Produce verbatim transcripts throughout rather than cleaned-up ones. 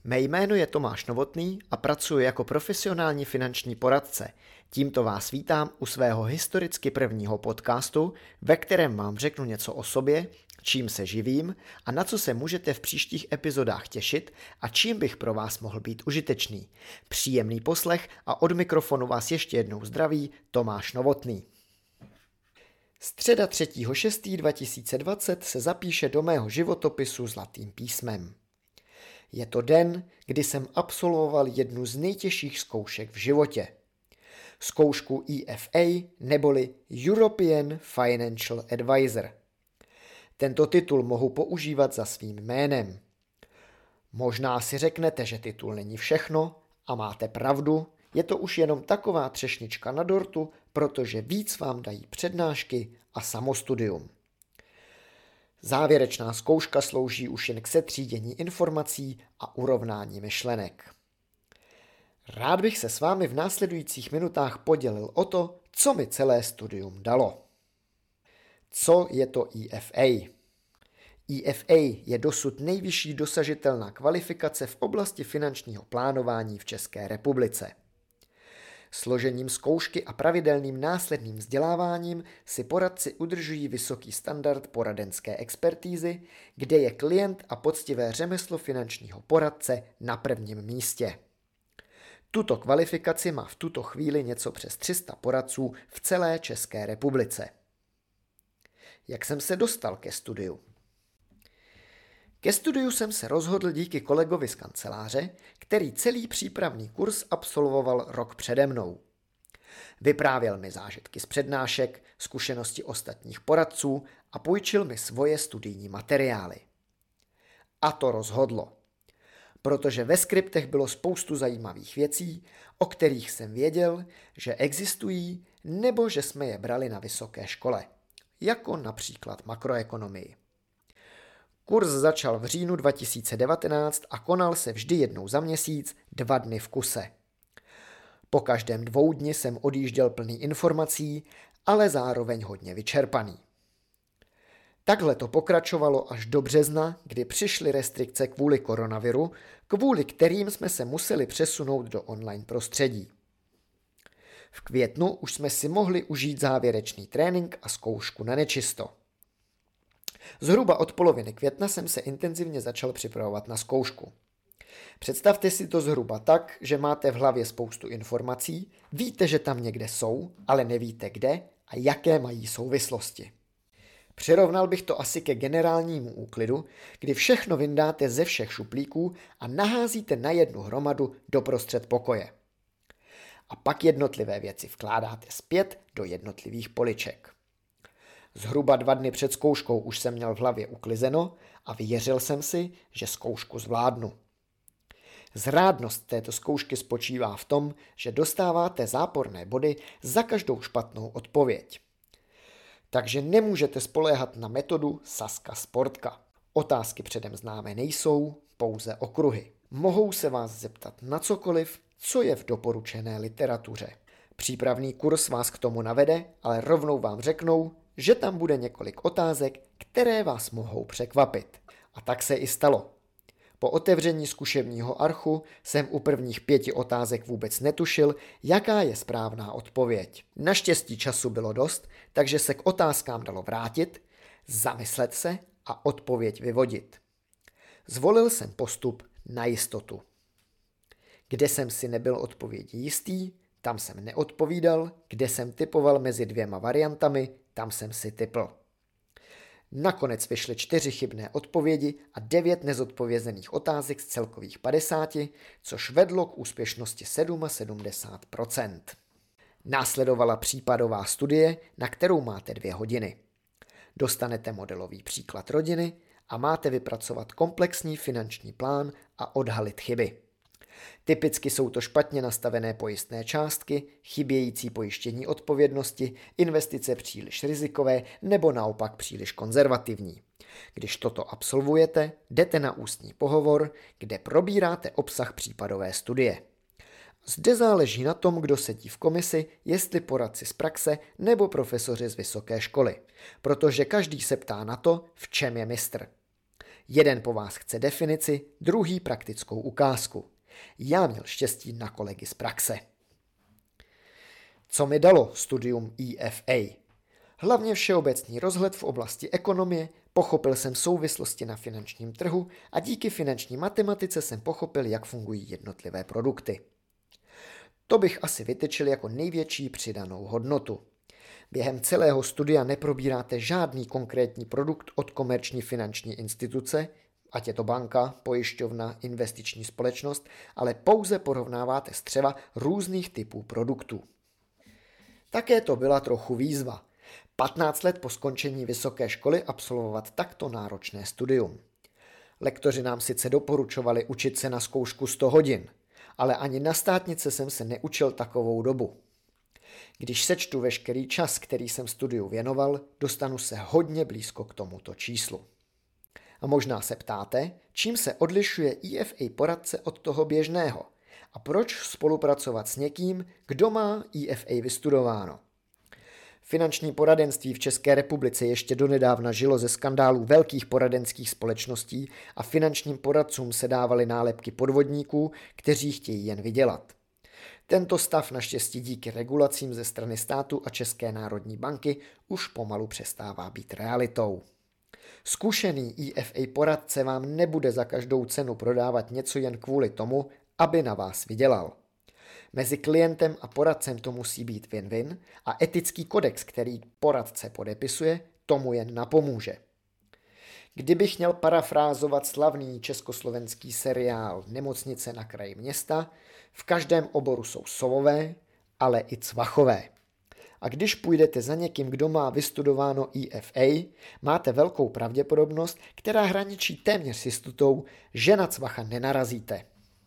Mé jméno je Tomáš Novotný a pracuji jako profesionální finanční poradce. Tímto vás vítám u svého historicky prvního podcastu, ve kterém vám řeknu něco o sobě, čím se živím a na co se můžete v příštích epizodách těšit a čím bych pro vás mohl být užitečný. Příjemný poslech a od mikrofonu vás ještě jednou zdraví Tomáš Novotný. Středa třetího šestého dva tisíce dvacet se zapíše do mého životopisu zlatým písmem. Je to den, kdy jsem absolvoval jednu z nejtěžších zkoušek v životě. Zkoušku E F A neboli European Financial Advisor. Tento titul mohu používat za svým jménem. Možná si řeknete, že titul není všechno a máte pravdu, je to už jenom taková třešnička na dortu, protože víc vám dají přednášky a samostudium. Závěrečná zkouška slouží už jen k setřídění informací a urovnání myšlenek. Rád bych se s vámi v následujících minutách podělil o to, co mi celé studium dalo. Co je to E F A? E F A je dosud nejvyšší dosažitelná kvalifikace v oblasti finančního plánování v České republice. Složením zkoušky a pravidelným následným vzděláváním si poradci udržují vysoký standard poradenské expertízy, kde je klient a poctivé řemeslo finančního poradce na prvním místě. Tuto kvalifikaci má v tuto chvíli něco přes tři sta poradců v celé České republice. Jak jsem se dostal ke studiu? Ke studiu jsem se rozhodl díky kolegovi z kanceláře, který celý přípravný kurz absolvoval rok přede mnou. Vyprávěl mi zážitky z přednášek, zkušenosti ostatních poradců a půjčil mi svoje studijní materiály. A to rozhodlo, protože ve skriptech bylo spoustu zajímavých věcí, o kterých jsem věděl, že existují nebo že jsme je brali na vysoké škole, jako například makroekonomii. Kurz začal v říjnu dva tisíce devatenáct a konal se vždy jednou za měsíc, dva dny v kuse. Po každém dvou dni jsem odjížděl plný informací, ale zároveň hodně vyčerpaný. Takhle to pokračovalo až do března, kdy přišly restrikce kvůli koronaviru, kvůli kterým jsme se museli přesunout do online prostředí. V květnu už jsme si mohli užít závěrečný trénink a zkoušku na nečisto. Zhruba od poloviny května jsem se intenzivně začal připravovat na zkoušku. Představte si to zhruba tak, že máte v hlavě spoustu informací, víte, že tam někde jsou, ale nevíte kde a jaké mají souvislosti. Přirovnal bych to asi ke generálnímu úklidu, kdy všechno vyndáte ze všech šuplíků a naházíte na jednu hromadu doprostřed pokoje. A pak jednotlivé věci vkládáte zpět do jednotlivých poliček. Zhruba dva dny před zkouškou už jsem měl v hlavě uklizeno a věřil jsem si, že zkoušku zvládnu. Zrádnost této zkoušky spočívá v tom, že dostáváte záporné body za každou špatnou odpověď. Takže nemůžete spoléhat na metodu Saska Sportka. Otázky předem známé nejsou, pouze okruhy. Mohou se vás zeptat na cokoliv, co je v doporučené literatuře. Přípravný kurz vás k tomu navede, ale rovnou vám řeknou, že tam bude několik otázek, které vás mohou překvapit. A tak se i stalo. Po otevření zkušebního archu jsem u prvních pěti otázek vůbec netušil, jaká je správná odpověď. Naštěstí času bylo dost, takže se k otázkám dalo vrátit, zamyslet se a odpověď vyvodit. Zvolil jsem postup na jistotu. Kde jsem si nebyl odpovědi jistý, tam jsem neodpovídal, kde jsem typoval mezi dvěma variantami, tam jsem si typl. Nakonec vyšly čtyři chybné odpovědi a devět nezodpovězených otázek z celkových padesáti, což vedlo k úspěšnosti sedmdesát sedm procent. Následovala případová studie, na kterou máte dvě hodiny. Dostanete modelový příklad rodiny a máte vypracovat komplexní finanční plán a odhalit chyby. Typicky jsou to špatně nastavené pojistné částky, chybějící pojištění odpovědnosti, investice příliš rizikové nebo naopak příliš konzervativní. Když toto absolvujete, jdete na ústní pohovor, kde probíráte obsah případové studie. Zde záleží na tom, kdo sedí v komisi, jestli poradci z praxe nebo profesoři z vysoké školy, protože každý se ptá na to, v čem je mistr. Jeden po vás chce definici, druhý praktickou ukázku. Já měl štěstí na kolegy z praxe. Co mi dalo studium E F A? Hlavně všeobecný rozhled v oblasti ekonomie, pochopil jsem souvislosti na finančním trhu a díky finanční matematice jsem pochopil, jak fungují jednotlivé produkty. To bych asi vytyčil jako největší přidanou hodnotu. Během celého studia neprobíráte žádný konkrétní produkt od komerční finanční instituce, ať je to banka, pojišťovna, investiční společnost, ale pouze porovnáváte střeva různých typů produktů. Také to byla trochu výzva. patnáct let po skončení vysoké školy absolvovat takto náročné studium. Lektoři nám sice doporučovali učit se na zkoušku sto hodin, ale ani na státnice jsem se neučil takovou dobu. Když sečtu veškerý čas, který jsem studiu věnoval, dostanu se hodně blízko k tomuto číslu. A možná se ptáte, čím se odlišuje E F A poradce od toho běžného a proč spolupracovat s někým, kdo má E F A vystudováno. Finanční poradenství v České republice ještě donedávna žilo ze skandálů velkých poradenských společností a finančním poradcům se dávaly nálepky podvodníků, kteří chtějí jen vydělat. Tento stav naštěstí díky regulacím ze strany státu a České národní banky už pomalu přestává být realitou. Zkušený E F A poradce vám nebude za každou cenu prodávat něco jen kvůli tomu, aby na vás vydělal. Mezi klientem a poradcem to musí být win-win a etický kodex, který poradce podepisuje, tomu jen napomůže. Kdybych měl parafrázovat slavný československý seriál Nemocnice na kraji města, v každém oboru jsou sovové, ale i cvachové. A když půjdete za někým, kdo má vystudováno E F A, máte velkou pravděpodobnost, která hraničí téměř s jistotou, že na cvacha nenarazíte.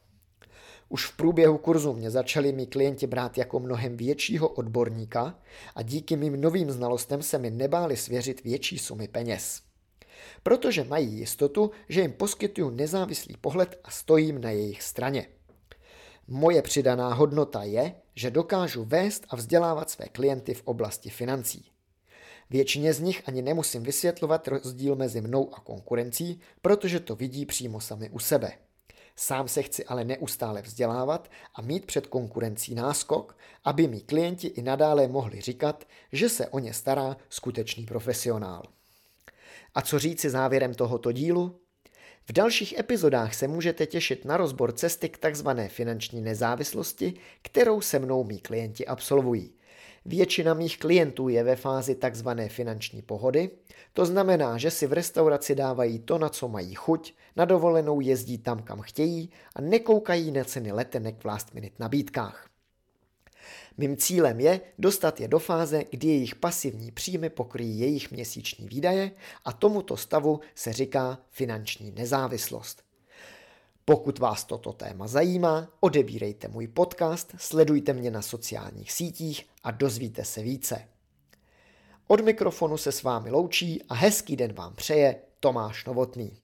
Už v průběhu kurzu mě začali mý klienti brát jako mnohem většího odborníka a díky mým novým znalostem se mi nebáli svěřit větší sumy peněz. Protože mají jistotu, že jim poskytuju nezávislý pohled a stojím na jejich straně. Moje přidaná hodnota je, že dokážu vést a vzdělávat své klienty v oblasti financí. Většině z nich ani nemusím vysvětlovat rozdíl mezi mnou a konkurencí, protože to vidí přímo sami u sebe. Sám se chci ale neustále vzdělávat a mít před konkurencí náskok, aby mý klienti i nadále mohli říkat, že se o ně stará skutečný profesionál. A co říci závěrem tohoto dílu? V dalších epizodách se můžete těšit na rozbor cesty k takzvané finanční nezávislosti, kterou se mnou mý klienti absolvují. Většina mých klientů je ve fázi takzvané finanční pohody, to znamená, že si v restauraci dávají to, na co mají chuť, na dovolenou jezdí tam, kam chtějí a nekoukají na ceny letenek v last minute nabídkách. Mým cílem je dostat je do fáze, kdy jejich pasivní příjmy pokryjí jejich měsíční výdaje a tomuto stavu se říká finanční nezávislost. Pokud vás toto téma zajímá, odebírejte můj podcast, sledujte mě na sociálních sítích a dozvíte se více. Od mikrofonu se s vámi loučí a hezký den vám přeje Tomáš Novotný.